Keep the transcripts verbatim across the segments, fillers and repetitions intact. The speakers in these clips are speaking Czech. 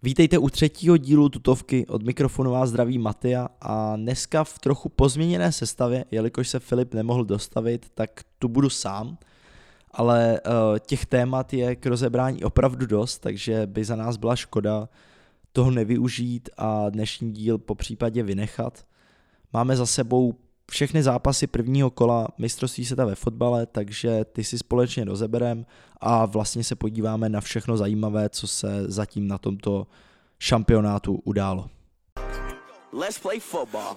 Vítejte u třetího dílu Tutovky, od mikrofonu vás zdraví Matia a dneska v trochu pozměněné sestavě, jelikož se Filip nemohl dostavit, tak tu budu sám, ale uh, těch témat je k rozebrání opravdu dost, takže by za nás byla škoda toho nevyužít a dnešní díl po případě vynechat. Máme za sebou všechny zápasy prvního kola mistrovství světa ve fotbale, takže ty si společně rozeberem a vlastně se podíváme na všechno zajímavé, co se zatím na tomto šampionátu událo. Let's play football.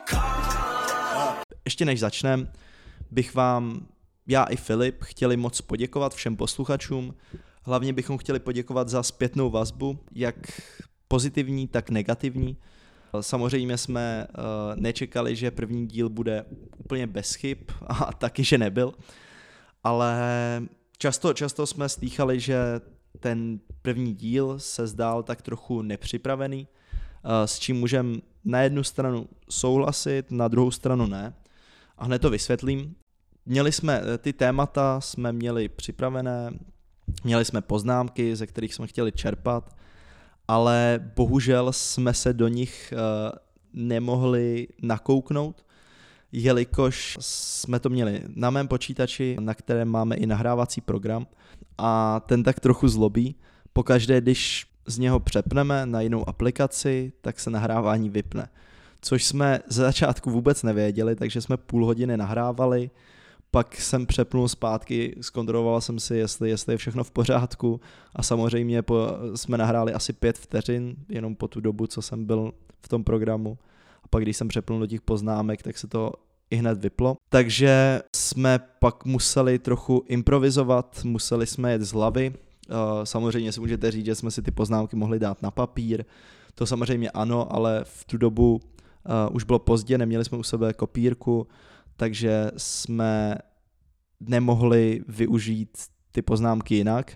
Ještě než začneme, bych vám, já i Filip, chtěli moc poděkovat všem posluchačům. Hlavně bychom chtěli poděkovat za zpětnou vazbu, jak pozitivní, tak negativní. Samozřejmě jsme uh, nečekali, že první díl bude úplně bez chyb a taky, že nebyl, ale často, často jsme slýchali, že ten první díl se zdál tak trochu nepřipravený, uh, s čím můžeme na jednu stranu souhlasit, na druhou stranu ne. A hned to vysvětlím. Měli jsme ty témata, jsme měli připravené, měli jsme poznámky, ze kterých jsme chtěli čerpat, ale bohužel jsme se do nich uh, nemohli nakouknout, jelikož jsme to měli na mém počítači, na kterém máme i nahrávací program a ten tak trochu zlobí. Pokaždé, když z něho přepneme na jinou aplikaci, tak se nahrávání vypne, což jsme ze začátku vůbec nevěděli, takže jsme půl hodiny nahrávali, pak jsem přepnul zpátky, zkontroloval jsem si, jestli, jestli je všechno v pořádku a samozřejmě po, jsme nahráli asi pět vteřin, jenom po tu dobu, co jsem byl v tom programu. A pak když jsem přepnul do těch poznámek, tak se to i hned vyplo. Takže jsme pak museli trochu improvizovat, museli jsme jet z hlavy. Samozřejmě si můžete říct, že jsme si ty poznámky mohli dát na papír. To samozřejmě ano, ale v tu dobu už bylo pozdě, neměli jsme u sebe kopírku, takže jsme nemohli využít ty poznámky jinak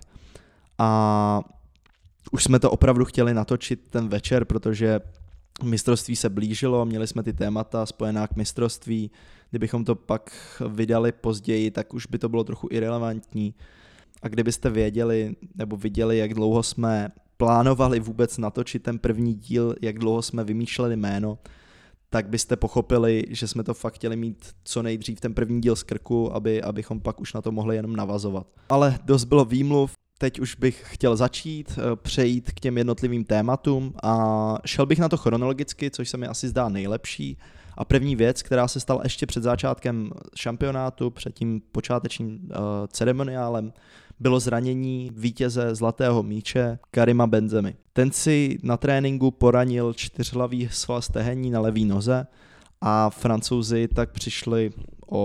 a už jsme to opravdu chtěli natočit ten večer, protože mistrovství se blížilo, měli jsme ty témata spojená k mistrovství, kdybychom to pak vydali později, tak už by to bylo trochu irelevantní a kdybyste věděli nebo viděli, jak dlouho jsme plánovali vůbec natočit ten první díl, jak dlouho jsme vymýšleli jméno, tak byste pochopili, že jsme to fakt chtěli mít co nejdřív ten první díl z krku, aby, abychom pak už na to mohli jenom navazovat. Ale dost bylo výmluv, teď už bych chtěl začít, přejít k těm jednotlivým tématům a šel bych na to chronologicky, což se mi asi zdá nejlepší. A první věc, která se stala ještě před začátkem šampionátu, před tím počátečním uh, ceremoniálem, bylo zranění vítěze zlatého míče Karima Benzemy. Ten si na tréninku poranil čtyřhlavý sval stehení na levé noze a Francouzi tak přišli o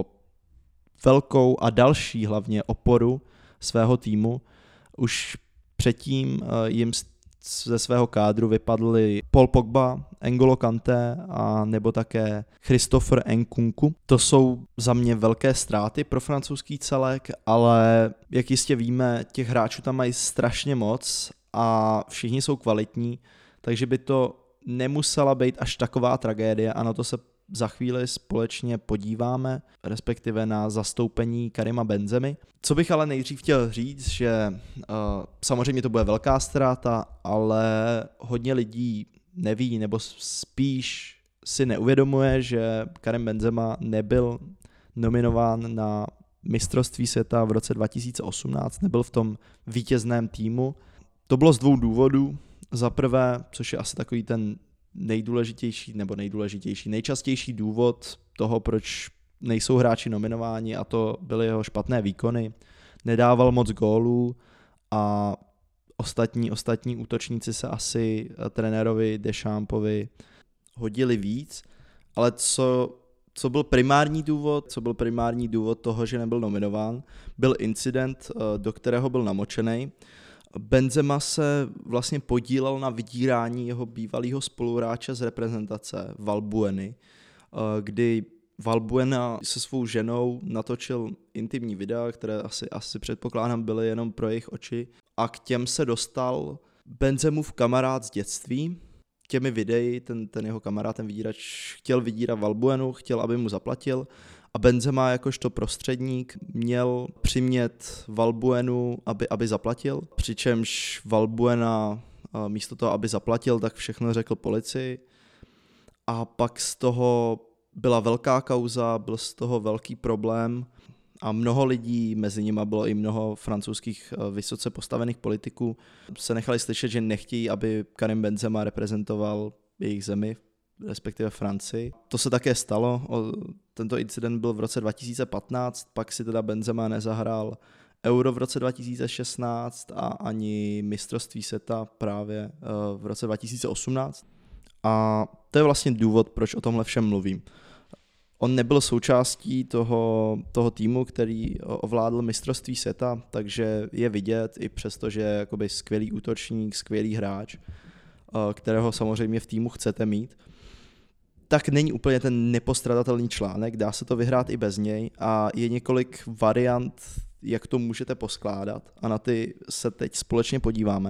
velkou a další hlavně oporu svého týmu. Už předtím jim ze svého kádru vypadli Paul Pogba, N'Golo Kanté a nebo také Christopher Nkunku. To jsou za mě velké ztráty pro francouzský celek, ale jak jistě víme, těch hráčů tam mají strašně moc a všichni jsou kvalitní, takže by to nemusela být až taková tragédie a na to se za chvíli společně podíváme, respektive na zastoupení Karima Benzemy. Co bych ale nejdřív chtěl říct, že uh, samozřejmě to bude velká ztráta, ale hodně lidí neví, nebo spíš si neuvědomuje, že Karim Benzema nebyl nominován na mistrovství světa v roce dva tisíce osmnáct, nebyl v tom vítězném týmu. To bylo z dvou důvodů. Za prvé, což je asi takový ten nejdůležitější nebo nejdůležitější, nejčastější důvod toho, proč nejsou hráči nominováni, a to byly jeho špatné výkony. Nedával moc gólů a ostatní, ostatní útočníci se asi trenérovi Deschampovi hodili víc, ale co, co byl primární důvod, co byl primární důvod toho, že nebyl nominován, byl incident, do kterého byl namočený. Benzema se vlastně podílel na vydírání jeho bývalého spoluhráče z reprezentace Valbueny, kdy Valbuena se svou ženou natočil intimní videa, které asi, asi předpokládám byly jenom pro jejich oči, a k těm se dostal Benzemův kamarád z dětství. Těmi videí ten, ten jeho kamarád, ten vydírač, chtěl vydírat Valbuenu, chtěl, aby mu zaplatil, a Benzema jakožto prostředník měl přimět Valbuenu, aby, aby zaplatil, přičemž Valbuena místo toho, aby zaplatil, tak všechno řekl policii. A pak z toho byla velká kauza, byl z toho velký problém a mnoho lidí, mezi nimi bylo i mnoho francouzských vysoce postavených politiků, se nechali slyšet, že nechtějí, aby Karim Benzema reprezentoval jejich zemi, respektive Francii. To se také stalo, tento incident byl v roce dva tisíce patnáct, pak si teda Benzema nezahrál Euro v roce dva tisíce šestnáct a ani mistrovství světa právě v roce dva tisíce osmnáct. A to je vlastně důvod, proč o tomhle všem mluvím. On nebyl součástí toho, toho týmu, který ovládl mistrovství světa, takže je vidět i přesto, že je jakoby skvělý útočník, skvělý hráč, kterého samozřejmě v týmu chcete mít, tak není úplně ten nepostradatelný článek, dá se to vyhrát i bez něj a je několik variant, jak to můžete poskládat a na ty se teď společně podíváme.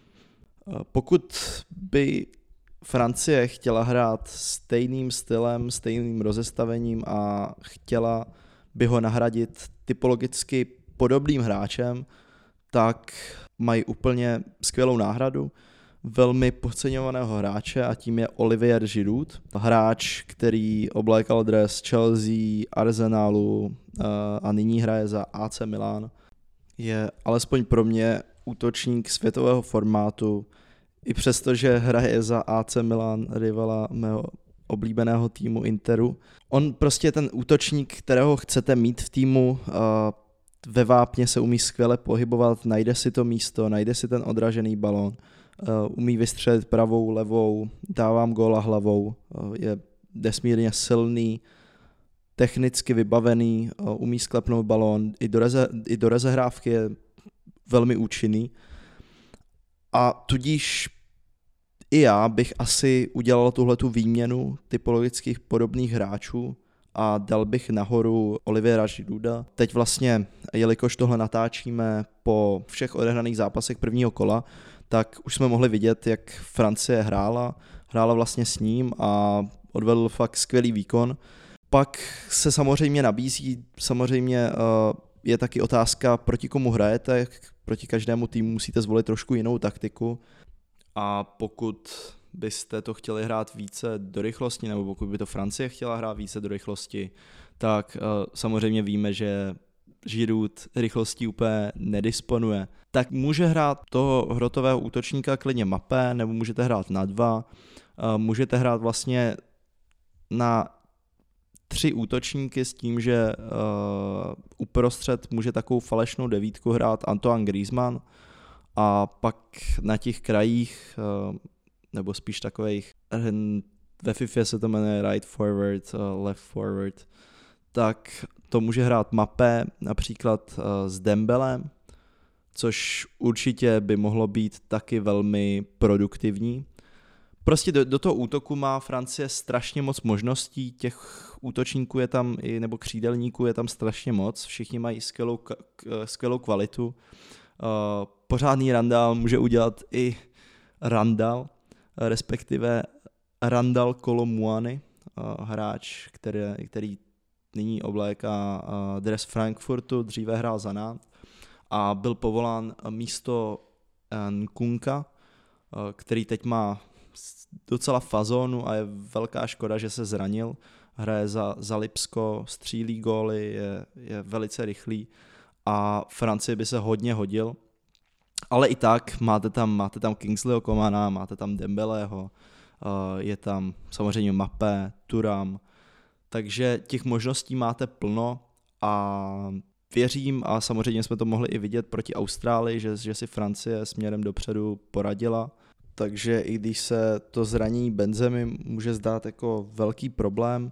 Pokud by Francie chtěla hrát stejným stylem, stejným rozestavením a chtěla by ho nahradit typologicky podobným hráčem, tak mají úplně skvělou náhradu, velmi podceňovaného hráče a tím je Olivier Giroud, hráč, který oblékal dres Chelsea, Arsenalu a nyní hraje za A C Milan. Je alespoň pro mě útočník světového formátu, i přesto, že hraje za A C Milan, rivala mého oblíbeného týmu Interu. On prostě je ten útočník, kterého chcete mít v týmu, ve vápně se umí skvěle pohybovat, najde si to místo, najde si ten odražený balón, umí vystřelit pravou, levou, dávám góla hlavou, je nesmírně silný, technicky vybavený, umí sklepnout balón, i do, reze, i do rozehrávky je velmi účinný. A tudíž i já bych asi udělal tuhletu výměnu typologických podobných hráčů a dal bych nahoru Oliviera Girouda. Teď vlastně, jelikož tohle natáčíme po všech odehraných zápasech prvního kola, tak už jsme mohli vidět, jak Francie hrála, hrála vlastně s ním a odvedl fakt skvělý výkon. Pak se samozřejmě nabízí, samozřejmě je taky otázka, proti komu hrajete, proti každému týmu musíte zvolit trošku jinou taktiku a pokud byste to chtěli hrát více do rychlosti, nebo pokud by to Francie chtěla hrát více do rychlosti, tak uh, samozřejmě víme, že Giroud rychlostí úplně nedisponuje. Tak může hrát toho hrotového útočníka klidně Mapé, nebo můžete hrát na dva, uh, můžete hrát vlastně na tři útočníky s tím, že uh, uprostřed může takovou falešnou devítku hrát Antoine Griezmann a pak na těch krajích, uh, nebo spíš takových, ve FIFA se to jmenuje right forward, uh, left forward, tak to může hrát Mapé například uh, s Dembelem, což určitě by mohlo být taky velmi produktivní. Prostě do, do toho útoku má Francie strašně moc možností, těch útočníků je tam, i, nebo křídelníků je tam strašně moc, všichni mají skvělou, skvělou kvalitu. Uh, pořádný randál může udělat i Randal, respektive Randal Kolo Muani, uh, hráč, který, který nyní obléká uh, dres Frankfurtu, dříve hrál za Nantes a byl povolán místo Nkunka, uh, který teď má docela fazónu a je velká škoda, že se zranil. Hraje za, za Lipsko, střílí góly, je, je velice rychlý a Francii by se hodně hodil. Ale i tak máte tam, máte tam Kingsleyho Comana, máte tam Dembeleho, je tam samozřejmě Mapé, Thuram, takže těch možností máte plno a věřím, a samozřejmě jsme to mohli i vidět proti Austrálii, že, že si Francie směrem dopředu poradila. Takže i když se to zranění Benzemy může zdát jako velký problém,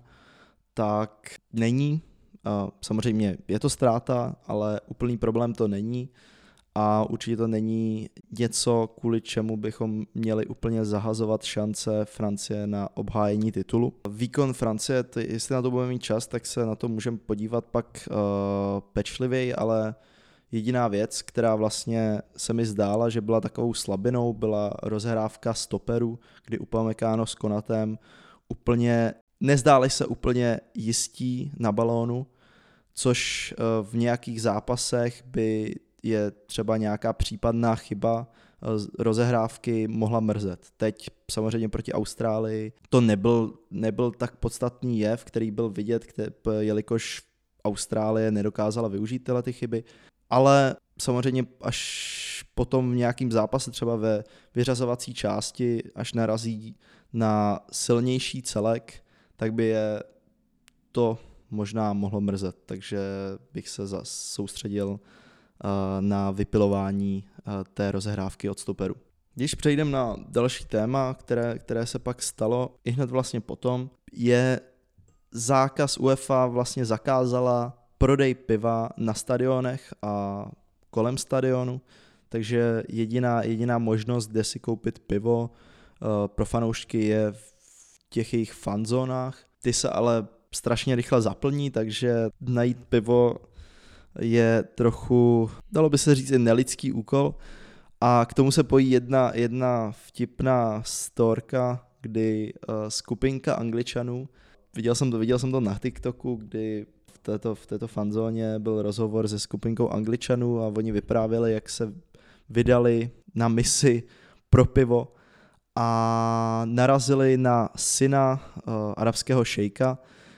tak není. Samozřejmě je to ztráta, ale úplný problém to není a určitě to není něco, kvůli čemu bychom měli úplně zahazovat šance Francie na obhájení titulu. Výkon Francie, ty, jestli na to budeme mít čas, tak se na to můžeme podívat pak uh, pečlivěji, ale jediná věc, která vlastně se mi zdála, že byla takovou slabinou, byla rozhrávka stoperů, kdy Upamecano s Konatem úplně nezdáli se úplně jistí na balónu, což v nějakých zápasech by je třeba nějaká případná chyba rozehrávky mohla mrzet. Teď samozřejmě proti Austrálii to nebyl, nebyl tak podstatný jev, který byl vidět, který, jelikož Austrálie nedokázala využít tyhle ty chyby, ale samozřejmě až potom v nějakým zápase třeba ve vyřazovací části, až narazí na silnější celek, tak by je to možná mohlo mrzet, takže bych se zas soustředil uh, na vypilování uh, té rozehrávky od stoperu. Když přejdeme na další téma, které, které se pak stalo, i hned vlastně potom, je zákaz UEFA vlastně zakázala prodej piva na stadionech a kolem stadionu, takže jediná, jediná možnost, kde si koupit pivo uh, pro fanoušky je v těch jejich fanzónách. Ty se ale strašně rychle zaplní, takže najít pivo je trochu, dalo by se říct, i nelidský úkol. A k tomu se pojí jedna, jedna vtipná storka, kdy uh, skupinka Angličanů, viděl jsem to, viděl jsem to na TikToku, kdy v této, v této fanzóně byl rozhovor se skupinkou Angličanů a oni vyprávěli, jak se vydali na misi pro pivo a narazili na syna uh, arabského šejka,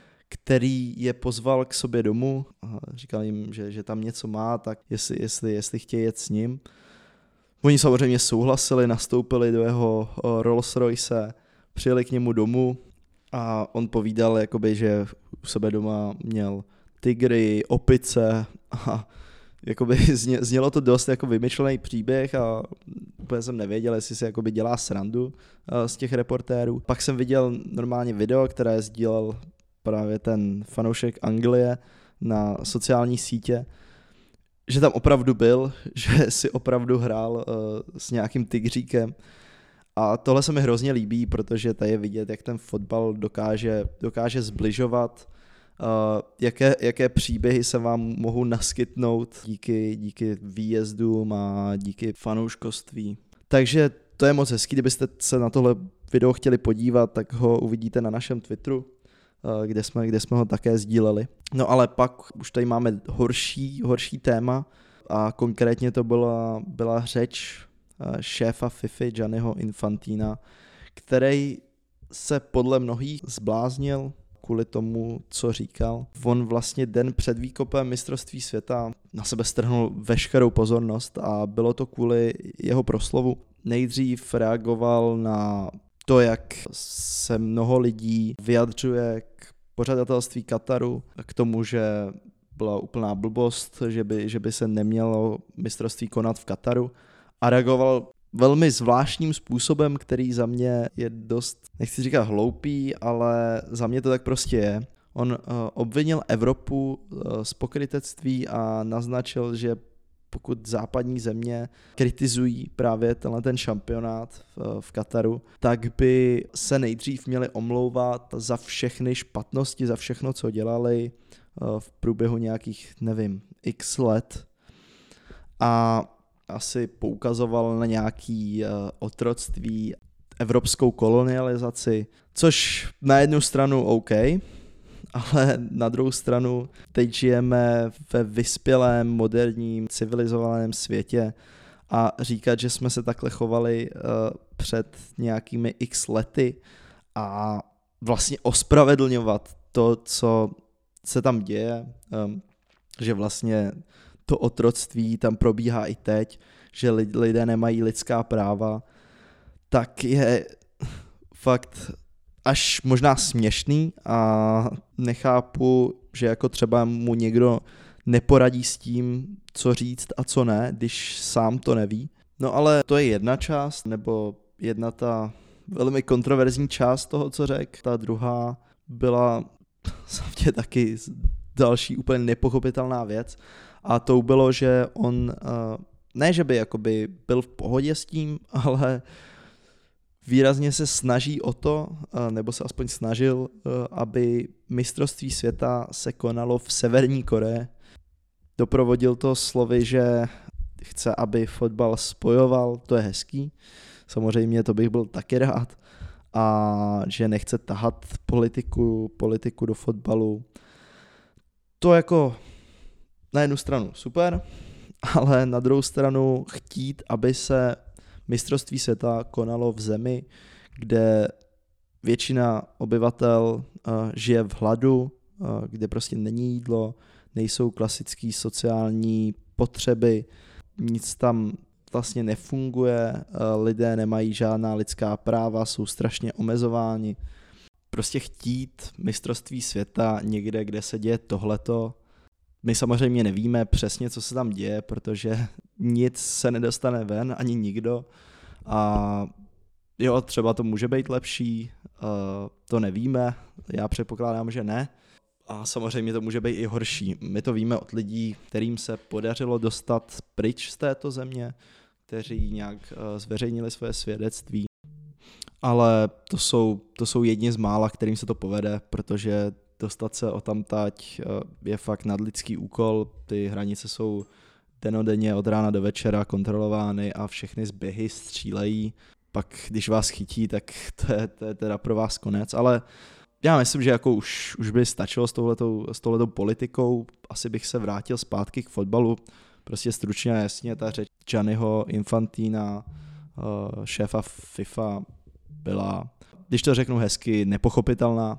který je pozval k sobě domů, říkal jim, že, že tam něco má, tak jestli, jestli, jestli chtějí jet s ním. Oni samozřejmě souhlasili, nastoupili do jeho Rolls Royce, přijeli k němu domů a on povídal, jakoby, že u sebe doma měl tygry, opice a jakoby znělo to dost jako vymyšlený příběh a úplně jsem nevěděl, jestli se jakoby dělá srandu z těch reportérů. Pak jsem viděl normálně video, které sdílel právě ten fanoušek Anglie na sociální sítě, že tam opravdu byl, že si opravdu hrál uh, s nějakým tygříkem a tohle se mi hrozně líbí, protože tady je vidět, jak ten fotbal dokáže, dokáže zbližovat, uh, jaké, jaké příběhy se vám mohou naskytnout díky, díky výjezdům a díky fanouškovství. Takže to je moc hezký, kdybyste se na tohle video chtěli podívat, tak ho uvidíte na našem Twitteru, kde jsme, kde jsme ho také sdíleli. No ale pak už tady máme horší, horší téma a konkrétně to byla, byla řeč šéfa FIFA Gianniho Infantina, který se podle mnohých zbláznil kvůli tomu, co říkal. On vlastně den před výkopem mistrovství světa na sebe strhnul veškerou pozornost a bylo to kvůli jeho proslovu. Nejdřív reagoval na to, jak se mnoho lidí vyjadřuje k pořadatelství Kataru, k tomu, že byla úplná blbost, že by, že by se nemělo mistrovství konat v Kataru a reagoval velmi zvláštním způsobem, který za mě je dost, nechci říkat hloupý, ale za mě to tak prostě je. On uh, obvinil Evropu uh, z pokrytectví a naznačil, že pokud západní země kritizují právě tenhle ten šampionát v, v Kataru, tak by se nejdřív měli omlouvat za všechny špatnosti, za všechno, co dělali v průběhu nějakých, nevím, x let. A asi poukazoval na nějaký otroctví, evropskou kolonializaci, což na jednu stranu OK, ale na druhou stranu teď žijeme ve vyspělém, moderním, civilizovaném světě a říkat, že jsme se takhle chovali uh, před nějakými x lety a vlastně ospravedlňovat to, co se tam děje, um, že vlastně to otroctví tam probíhá i teď, že lidé nemají lidská práva, tak je fakt až možná směšný a nechápu, že jako třeba mu někdo neporadí s tím, co říct a co ne, když sám to neví. No ale to je jedna část, nebo jedna ta velmi kontroverzní část toho, co řekl. Ta druhá byla za mě taky další úplně nepochopitelná věc a to bylo, že on, ne že by jakoby byl v pohodě s tím, ale výrazně se snaží o to, nebo se aspoň snažil, aby mistrovství světa se konalo v Severní Koreji. Doprovodil to slovy, že chce, aby fotbal spojoval, to je hezký. Samozřejmě to bych byl taky rád. A že nechce tahat politiku, politiku do fotbalu. To jako na jednu stranu super, ale na druhou stranu chtít, aby se mistrovství světa konalo v zemi, kde většina obyvatel uh, žije v hladu, uh, kde prostě není jídlo, nejsou klasické sociální potřeby, nic tam vlastně nefunguje, uh, lidé nemají žádná lidská práva, jsou strašně omezováni. Prostě chtít mistrovství světa někde, kde se děje tohleto, my samozřejmě nevíme přesně, co se tam děje, protože nic se nedostane ven, ani nikdo. A jo, třeba to může být lepší, to nevíme, já předpokládám, že ne. A samozřejmě to může být i horší. My to víme od lidí, kterým se podařilo dostat pryč z této země, kteří nějak zveřejnili své svědectví. Ale to jsou, to jsou jedni z mála, kterým se to povede, protože dostat se odtamtať je fakt nadlidský úkol, ty hranice jsou denodenně od rána do večera kontrolovány a všechny zběhy střílejí. Pak když vás chytí, tak to je, to je teda pro vás konec, ale já myslím, že jako už, už by stačilo s touhletou, s touhletou politikou, asi bych se vrátil zpátky k fotbalu, prostě stručně a jasně ta řeč Gianniho Infantina, šéfa FIFA, byla, když to řeknu hezky, nepochopitelná,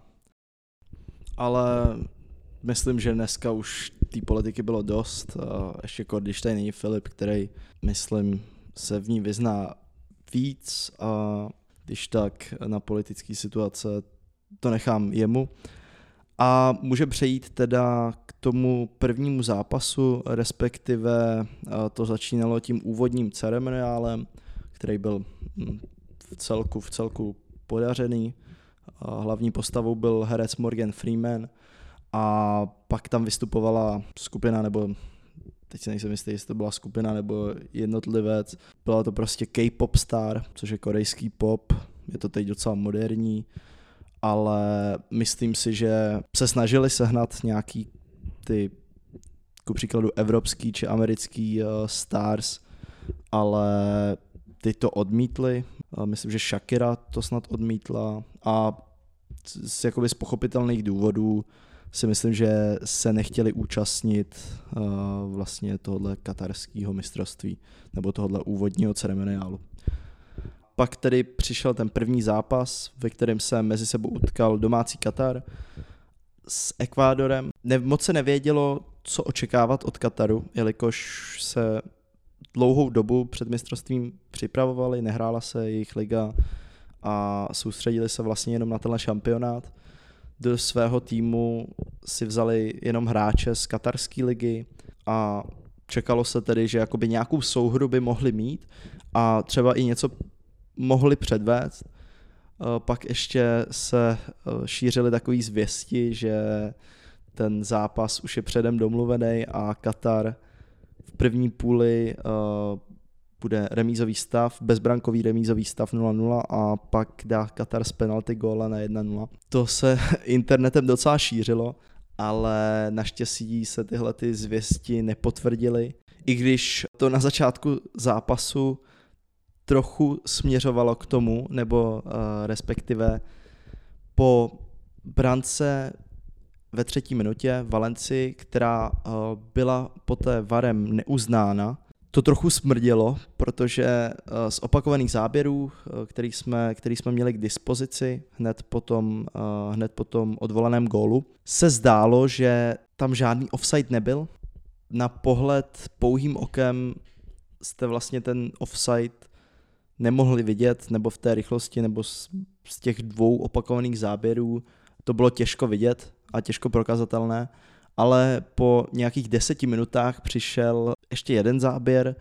ale myslím, že dneska už té politiky bylo dost, ještě jako když tady není Filip, který, myslím, se v ní vyzná víc a když tak na politické situace to nechám jemu. A může přejít teda k tomu prvnímu zápasu, respektive to začínalo tím úvodním ceremoniálem, který byl v celku, v celku podařený. Hlavní postavou byl herec Morgan Freeman a pak tam vystupovala skupina, nebo teď si nejsem jistý, jestli to byla skupina nebo jednotlivec. Byla to prostě K-pop star, což je korejský pop, je to teď docela moderní, ale myslím si, že se snažili sehnat nějaký ty, ku příkladu evropský či americký uh, stars, ale ty to odmítli. Myslím, že Shakira to snad odmítla a z, jakoby z pochopitelných důvodů si myslím, že se nechtěli účastnit uh, vlastně tohohle katarského mistrovství nebo tohohle úvodního ceremoniálu. Pak tedy přišel ten první zápas, ve kterém se mezi sebou utkal domácí Katar s Ekvádorem. Ne, moc se nevědělo, co očekávat od Kataru, jelikož se dlouhou dobu před mistrovstvím připravovali, nehrála se jejich liga a soustředili se vlastně jenom na tenhle šampionát. Do svého týmu si vzali jenom hráče z katarské ligy a čekalo se tedy, že jakoby nějakou souhru by mohli mít a třeba i něco mohli předvést. Pak ještě se šířily takové zvěsti, že ten zápas už je předem domluvený a Katar v první půli uh, bude remízový stav, bezbrankový remízový stav nula nula a pak dá Katar z penalty góla na jedna nula. To se internetem docela šířilo, ale naštěstí se tyhle ty zvěsti nepotvrdily. I když to na začátku zápasu trochu směřovalo k tomu, nebo uh, respektive po brance ve třetí minutě Valenci, která uh, byla poté varem neuznána. To trochu smrdělo, protože uh, z opakovaných záběrů, uh, který, jsme, který jsme měli k dispozici hned po tom, uh, hned po tom odvolaném gólu, se zdálo, že tam žádný offside nebyl. Na pohled pouhým okem jste vlastně ten offside nemohli vidět, nebo v té rychlosti, nebo z, z těch dvou opakovaných záběrů to bylo těžko vidět a těžko prokazatelné, ale po nějakých deseti minutách přišel ještě jeden záběr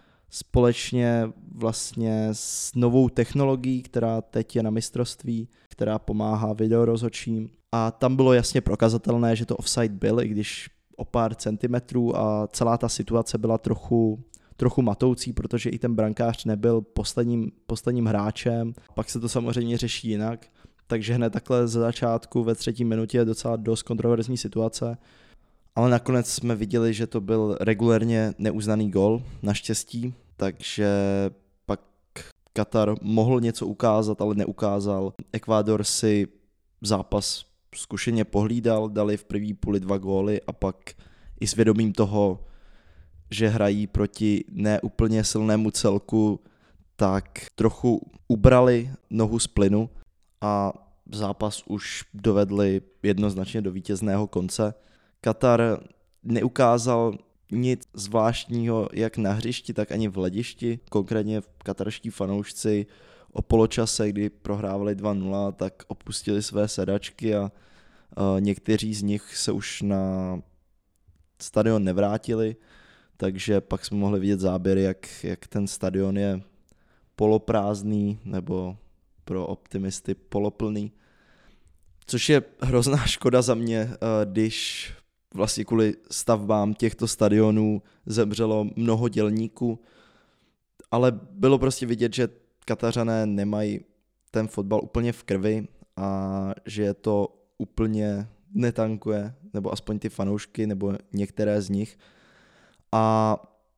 společně vlastně s novou technologií, která teď je na mistrovství, která pomáhá videorozhodčím a tam bylo jasně prokazatelné, že to offside byl, i když o pár centimetrů a celá ta situace byla trochu trochu matoucí, protože i ten brankář nebyl posledním, posledním hráčem, pak se to samozřejmě řeší jinak, takže hned takhle ze začátku ve třetí minutě je docela dost kontroverzní situace, ale nakonec jsme viděli, že to byl regulérně neuznaný gól, naštěstí, takže pak Katar mohl něco ukázat, ale neukázal. Ekvádor si zápas zkušeně pohlídal, dali v první půli dva góly a pak i s vědomím toho, že hrají proti neúplně silnému celku, tak trochu ubrali nohu z plynu a zápas už dovedli jednoznačně do vítězného konce. Katar neukázal nic zvláštního jak na hřišti, tak ani v hledišti. Konkrétně katarští fanoušci o poločase, kdy prohrávali dva nula, tak opustili své sedačky a někteří z nich se už na stadion nevrátili, takže pak jsme mohli vidět záběry, jak, jak ten stadion je poloprázdný nebo pro optimisty poloplný. Což je hrozná škoda za mě, když vlastně kvůli stavbám těchto stadionů zemřelo mnoho dělníků, ale bylo prostě vidět, že Katařané nemají ten fotbal úplně v krvi a že je to úplně netankuje, nebo aspoň ty fanoušky, nebo některé z nich. A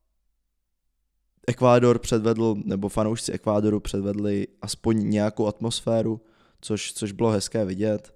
Ekvádor předvedl, nebo fanoušci Ekvádoru předvedli aspoň nějakou atmosféru, což, což bylo hezké vidět,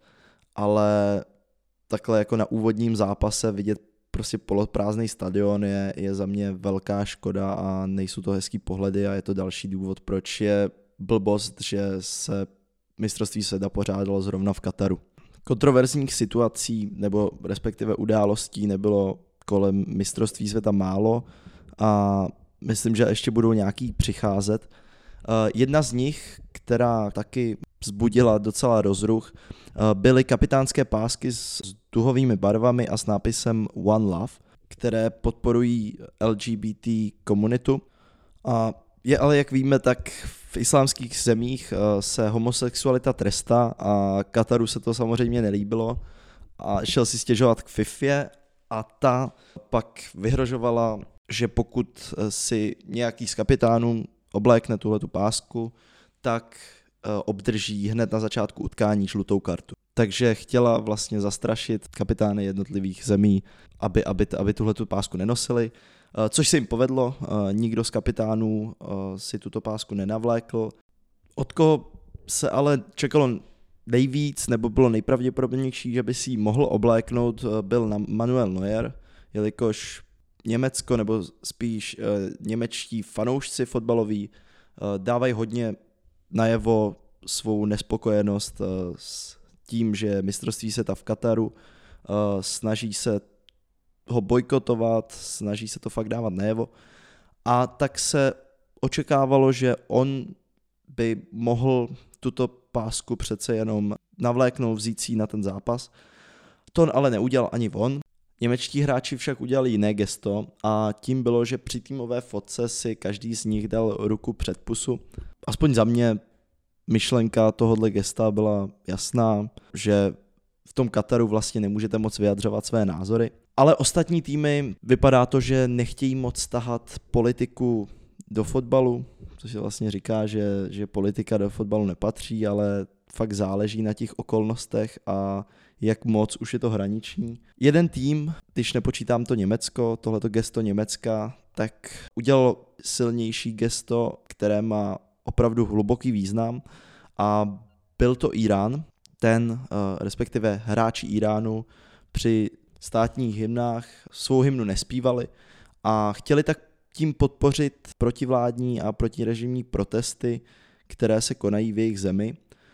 ale takhle jako na úvodním zápase vidět prostě poloprázdný stadion je, je za mě velká škoda a nejsou to hezký pohledy a je to další důvod, proč je blbost, že se mistrovství světa pořádalo zrovna v Kataru. Kontroverzních situací nebo respektive událostí nebylo kolem mistrovství světa málo a myslím, že ještě budou nějaký přicházet. Jedna z nich, která taky vzbudila docela rozruch, byly kapitánské pásky s duhovými barvami a s nápisem One Love, které podporují L G B T komunitu. A je ale, jak víme, tak v islámských zemích se homosexualita trestá a Kataru se to samozřejmě nelíbilo a šel si stěžovat k FIFA a ta pak vyhrožovala, že pokud si nějaký z kapitánů oblékne tuhletu pásku, tak obdrží hned na začátku utkání žlutou kartu. Takže chtěla vlastně zastrašit kapitány jednotlivých zemí, aby, aby, aby tuhletu pásku nenosili, což se jim povedlo, nikdo z kapitánů si tuto pásku nenavlékl. Od koho se ale čekalo nejvíc, nebo bylo nejpravděpodobnější, že by si ji mohl obléknout, byl Manuel Neuer, jelikož Německo, nebo spíš němečtí fanoušci fotbaloví dávají hodně najevo svou nespokojenost s tím, že mistrovství světa v Kataru, snaží se ho bojkotovat, snaží se to fakt dávat najevo a tak se očekávalo, že on by mohl tuto pásku přece jenom navléknout, vzít si na ten zápas. To ale neudělal ani on. Němečtí hráči však udělali jiné gesto a tím bylo, že při týmové fotce si každý z nich dal ruku před pusu. Aspoň za mě myšlenka tohohle gesta byla jasná, že v tom Kataru vlastně nemůžete moc vyjadřovat své názory. Ale ostatní týmy vypadá to, že nechtějí moc tahat politiku do fotbalu, což se vlastně říká, že, že politika do fotbalu nepatří, ale fakt záleží na těch okolnostech a jak moc už je to hraniční. Jeden tým, když nepočítám to Německo, tohleto gesto Německa, tak udělal silnější gesto, které má opravdu hluboký význam a byl to Irán. Ten, respektive hráči Iránu při státních hymnách svou hymnu nespívali a chtěli tak tím podpořit protivládní a protirežimní protesty, které se konají v jejich zemi,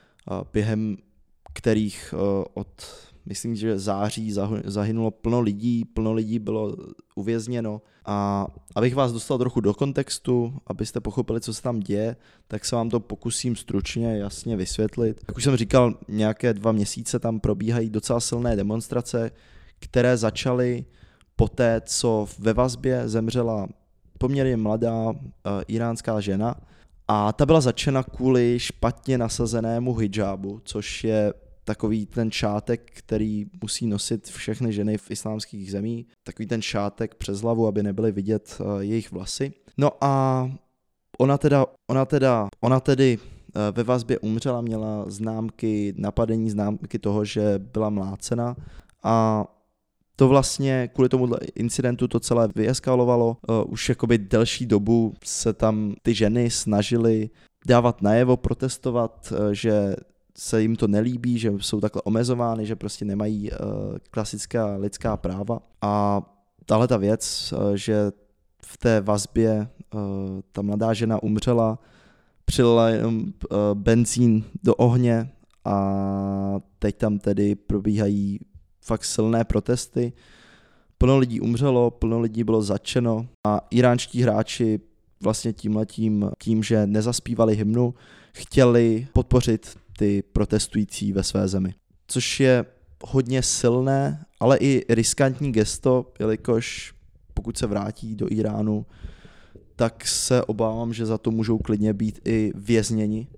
během kterých od, myslím, že září zahynulo plno lidí, plno lidí bylo uvězněno. A abych vás dostal trochu do kontextu, abyste pochopili, co se tam děje, tak se vám to pokusím stručně, jasně vysvětlit. Jak už jsem říkal, nějaké dva měsíce tam probíhají docela silné demonstrace, které začaly poté, co ve vazbě zemřela poměrně mladá uh, iránská žena a ta byla zatčena kvůli špatně nasazenému hijabu, což je takový ten šátek, který musí nosit všechny ženy v islámských zemích, takový ten šátek přes hlavu, aby nebyly vidět uh, jejich vlasy. No a ona teda, ona teda, ona tedy uh, ve vazbě umřela, měla známky napadení, známky toho, že byla mlácena a to vlastně kvůli tomu incidentu to celé vyeskalovalo. Uh, už jakoby delší dobu se tam ty ženy snažily dávat najevo, protestovat, uh, že se jim to nelíbí, že jsou takhle omezovány, že prostě nemají uh, klasická lidská práva. A tahle ta věc, uh, že v té vazbě uh, ta mladá žena umřela, přilila jenom uh, benzín do ohně a teď tam tedy probíhají fakt silné protesty. Plno lidí umřelo, plno lidí bylo zatčeno a iránští hráči vlastně tímhletím, tím, že nezaspívali hymnu, chtěli podpořit ty protestující ve své zemi. Což je hodně silné, ale i riskantní gesto, jelikož pokud se vrátí do Iránu, tak se obávám, že za to můžou klidně být i vězněni.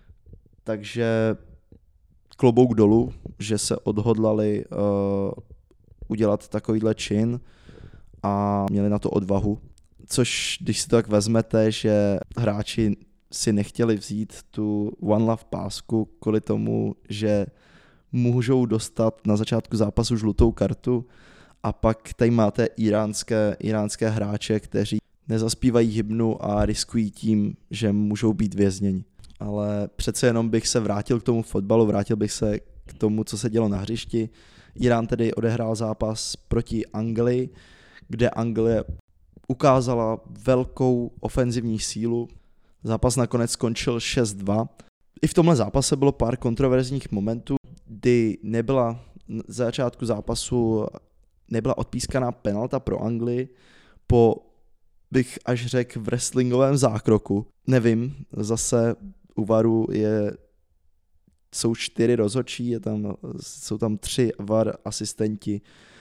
Takže klobouk dolů, že se odhodlali uh, udělat takovýhle čin a měli na to odvahu. Což, když si to tak vezmete, že hráči si nechtěli vzít tu One Love pásku kvůli tomu, že můžou dostat na začátku zápasu žlutou kartu a pak tady máte iránské, iránské hráče, kteří nezaspívají hymnu a riskují tím, že můžou být vězněni. Ale přece jenom bych se vrátil k tomu fotbalu, vrátil bych se k tomu, co se dělo na hřišti. Irán tedy odehrál zápas proti Anglii, kde Anglie ukázala velkou ofenzivní sílu. Zápas nakonec skončil šest dva. I v tomhle zápase bylo pár kontroverzních momentů, kdy nebyla za začátku zápasu nebyla odpískaná penalta pro Anglii po, bych až řekl, wrestlingovém zákroku. Nevím, zase u varu je, jsou čtyři rozhodčí, je tam, jsou tam tři var asistenti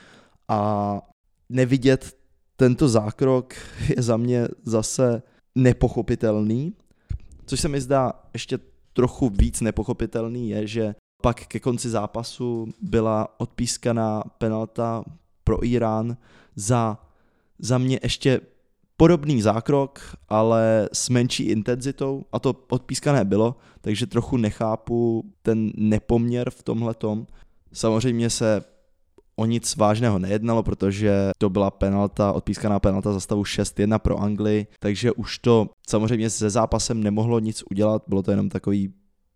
a nevidět tento zákrok je za mě zase nepochopitelný. Což se mi zdá ještě trochu víc nepochopitelný je, že pak ke konci zápasu byla odpískaná penalta pro Irán za, za mě ještě podobný zákrok, ale s menší intenzitou a to odpískané bylo, takže trochu nechápu ten nepoměr v tomhletom. Samozřejmě se o nic vážného nejednalo, protože to byla penalta, odpískaná penalta za stavu šest jedna pro Anglii, takže už to samozřejmě se zápasem nemohlo nic udělat, bylo to jenom takový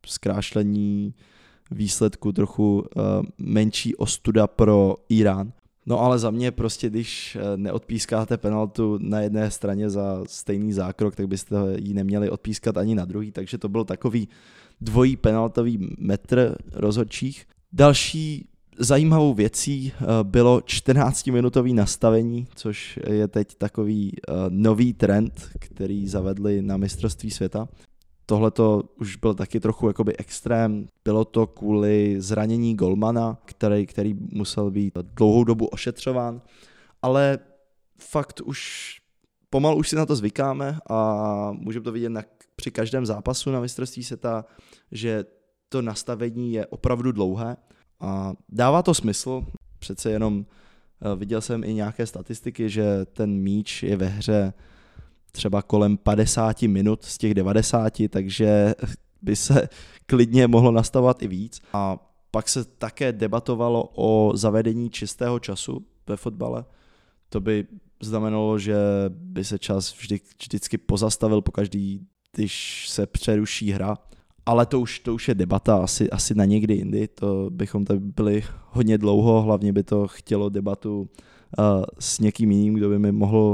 zkrášlení výsledku, trochu uh, menší ostuda pro Irán. No ale za mě prostě, když neodpískáte penaltu na jedné straně za stejný zákrok, tak byste ji neměli odpískat ani na druhý, takže to byl takový dvojí penaltový metr rozhodčích. Další zajímavou věcí bylo čtrnáctiminutový nastavení, což je teď takový nový trend, který zavedli na mistrovství světa. Tohle to už byl taky trochu jakoby extrém. Bylo to kvůli zranění golmana, který, který musel být dlouhou dobu ošetřován, ale fakt už pomalu už si na to zvykáme a můžeme to vidět na, při každém zápasu na mistrovství světa, že to nastavení je opravdu dlouhé a dává to smysl. Přece jenom viděl jsem i nějaké statistiky, že ten míč je ve hře třeba kolem padesát minut z těch devadesáti, takže by se klidně mohlo nastavovat i víc. A pak se také debatovalo o zavedení čistého času ve fotbale. To by znamenalo, že by se čas vždy, vždycky pozastavil pokaždý, když se přeruší hra. Ale to už, to už je debata asi, asi na někdy jindy. To bychom tady byli hodně dlouho, hlavně by to chtělo debatu uh, s někým jiným, kdo by mi mohl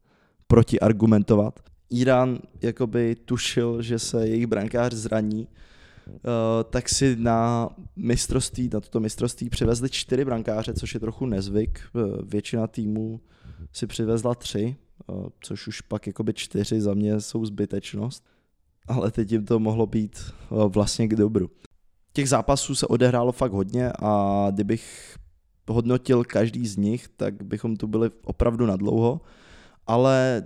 protiargumentovat. Irán jakoby tušil, že se jejich brankář zraní, uh, tak si na mistrovství, na toto mistrovství přivezli čtyři brankáře, což je trochu nezvyk. Uh, většina týmů si přivezla tři, uh, což už pak jakoby čtyři za mě jsou zbytečnost. Ale teď jim to mohlo být uh, vlastně k dobru. Těch zápasů se odehrálo fakt hodně a kdybych hodnotil každý z nich, tak bychom tu byli opravdu nadlouho. Ale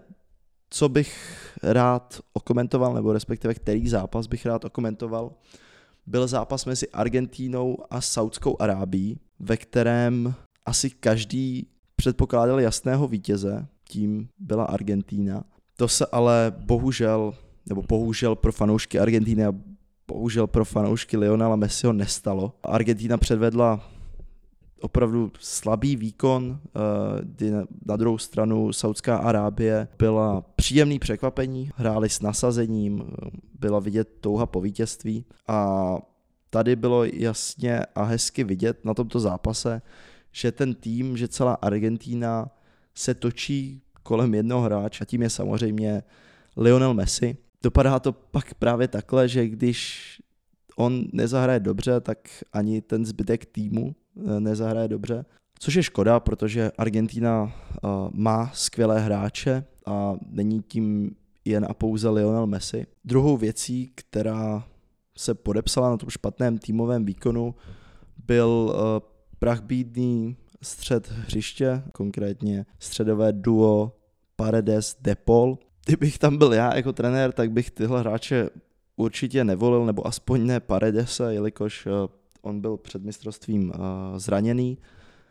co bych rád okomentoval, nebo respektive který zápas bych rád okomentoval, byl zápas mezi Argentínou a Saudskou Arábií, ve kterém asi každý předpokládal jasného vítěze, tím byla Argentína. To se ale bohužel, nebo bohužel pro fanoušky Argentíny a bohužel pro fanoušky Lionela Messiho nestalo. Argentína předvedla opravdu slabý výkon, kdy na druhou stranu Saudská Arábie byla příjemný překvapení, hráli s nasazením, byla vidět touha po vítězství a tady bylo jasně a hezky vidět na tomto zápase, že ten tým, že celá Argentína se točí kolem jednoho hráče a tím je samozřejmě Lionel Messi. dopadá to pak právě takhle, že když on nezahraje dobře, tak ani ten zbytek týmu nezahraje dobře. Což je škoda, protože Argentina uh, má skvělé hráče a není tím jen a pouze Lionel Messi. Druhou věcí, která se podepsala na tom špatném týmovém výkonu, byl uh, prachbídný střed hřiště, konkrétně středové duo Paredes-De Paul. Kdybych tam byl já jako trenér, tak bych tyhle hráče určitě nevolil, nebo aspoň ne Paredese, jelikož uh, on byl před mistrovstvím uh, zraněný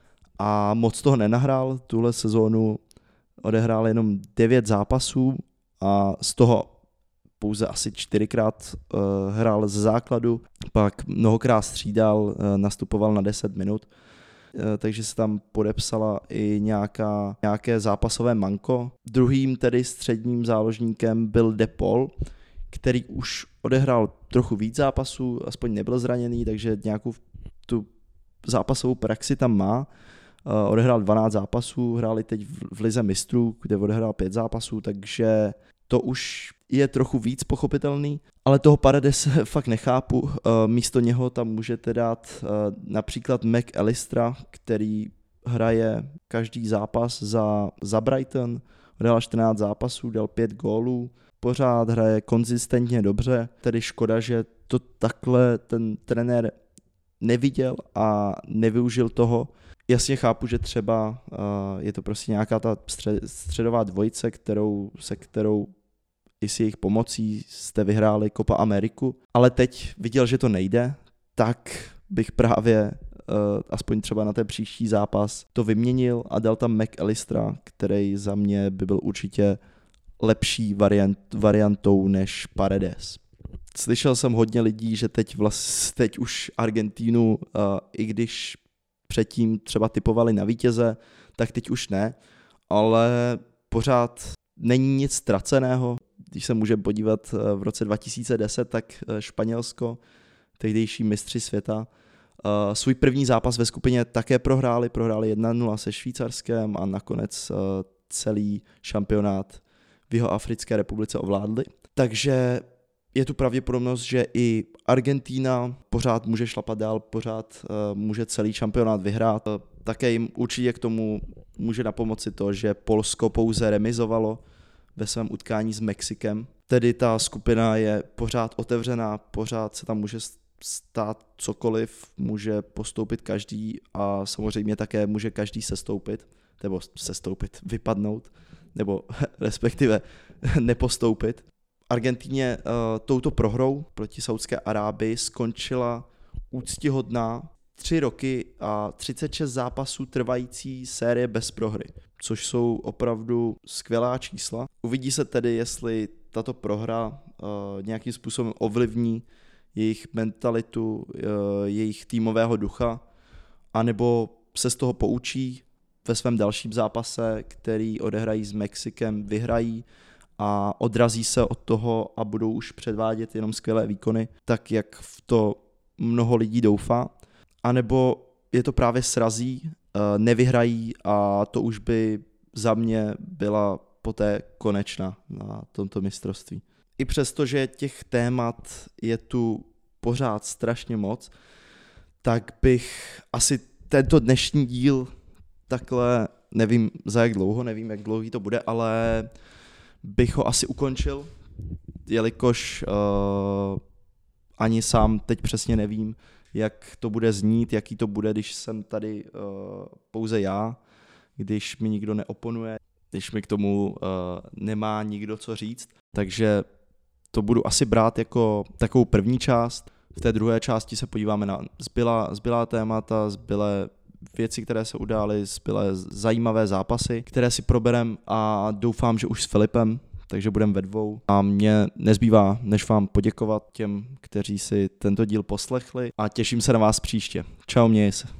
a moc toho nenahrál. Tuhle sezónu odehrál jenom devět zápasů a z toho pouze asi čtyřikrát uh, hrál ze základu, pak mnohokrát střídal, uh, nastupoval na deset minut, uh, takže se tam podepsala i nějaká, nějaké zápasové manko. Druhým tedy středním záložníkem byl De Paul, který už odehrál trochu víc zápasů, aspoň nebyl zraněný, takže nějakou tu zápasovou praxi tam má. Uh, odehrál dvanáct zápasů, hráli teď v, v lize mistrů, kde odehrál pět zápasů, takže to už je trochu víc pochopitelný, ale toho Paredese fakt nechápu. Uh, místo něho tam můžete dát uh, například McAllistera, který hraje každý zápas za, za Brighton, odehrál čtrnáct zápasů, dal pět gólů, pořád hraje konzistentně dobře, tedy škoda, že to takhle ten trenér neviděl a nevyužil toho. Jasně chápu, že třeba uh, je to prostě nějaká ta střed, středová dvojice, kterou, se kterou i s jejich pomocí jste vyhráli Copa Ameriku, ale teď viděl, že to nejde, tak bych právě uh, aspoň třeba na ten příští zápas to vyměnil a dal tam McAllistera, který za mě by byl určitě lepší variant, variantou než Paredes. Slyšel jsem hodně lidí, že teď, vlast, teď už Argentínu, uh, i když předtím třeba typovali na vítěze, tak teď už ne, ale pořád není nic ztraceného. Když se můžeme podívat v roce dva tisíce deset, tak Španělsko, tehdejší mistři světa, svůj první zápas ve skupině také prohráli, prohráli jedna nula se Švýcarskem a nakonec celý šampionát v Jihoafrické republice ovládli. Takže je tu pravděpodobnost, že i Argentína pořád může šlapat dál, pořád uh, může celý šampionát vyhrát. Uh, také jim určitě k tomu může napomoci to, že Polsko pouze remizovalo ve svém utkání s Mexikem. Tedy ta skupina je pořád otevřená, pořád se tam může stát cokoliv, může postoupit každý a samozřejmě také může každý sestoupit, nebo sestoupit, vypadnout, nebo respektive nepostoupit. Argentíně uh, touto prohrou proti Saudské Arábii skončila úctyhodná tři roky a třicet šest zápasů trvající série bez prohry, což jsou opravdu skvělá čísla. Uvidí se tedy, jestli tato prohra uh, nějakým způsobem ovlivní jejich mentalitu, uh, jejich týmového ducha, anebo se z toho poučí ve svém dalším zápase, který odehrají s Mexikem, vyhrají a odrazí se od toho a budou už předvádět jenom skvělé výkony, tak jak v to mnoho lidí doufá. A nebo je to právě srazí, nevyhrají a to už by za mě byla poté konečná na tomto mistrovství. I přesto, že těch témat je tu pořád strašně moc, tak bych asi tento dnešní díl takhle, nevím za jak dlouho, nevím jak dlouhý to bude, ale bych ho asi ukončil, jelikož uh, ani sám teď přesně nevím, jak to bude znít, jaký to bude, když jsem tady uh, pouze já, když mi nikdo neoponuje, když mi k tomu uh, nemá nikdo co říct. Takže to budu asi brát jako takovou první část. V té druhé části se podíváme na zbylá, zbylá témata, zbylé věci, které se udály, zbylé zajímavé zápasy, které si proberem a doufám, že už s Filipem, takže budeme ve dvou. A mě nezbývá, než vám poděkovat těm, kteří si tento díl poslechli a těším se na vás příště. Čau, měj se.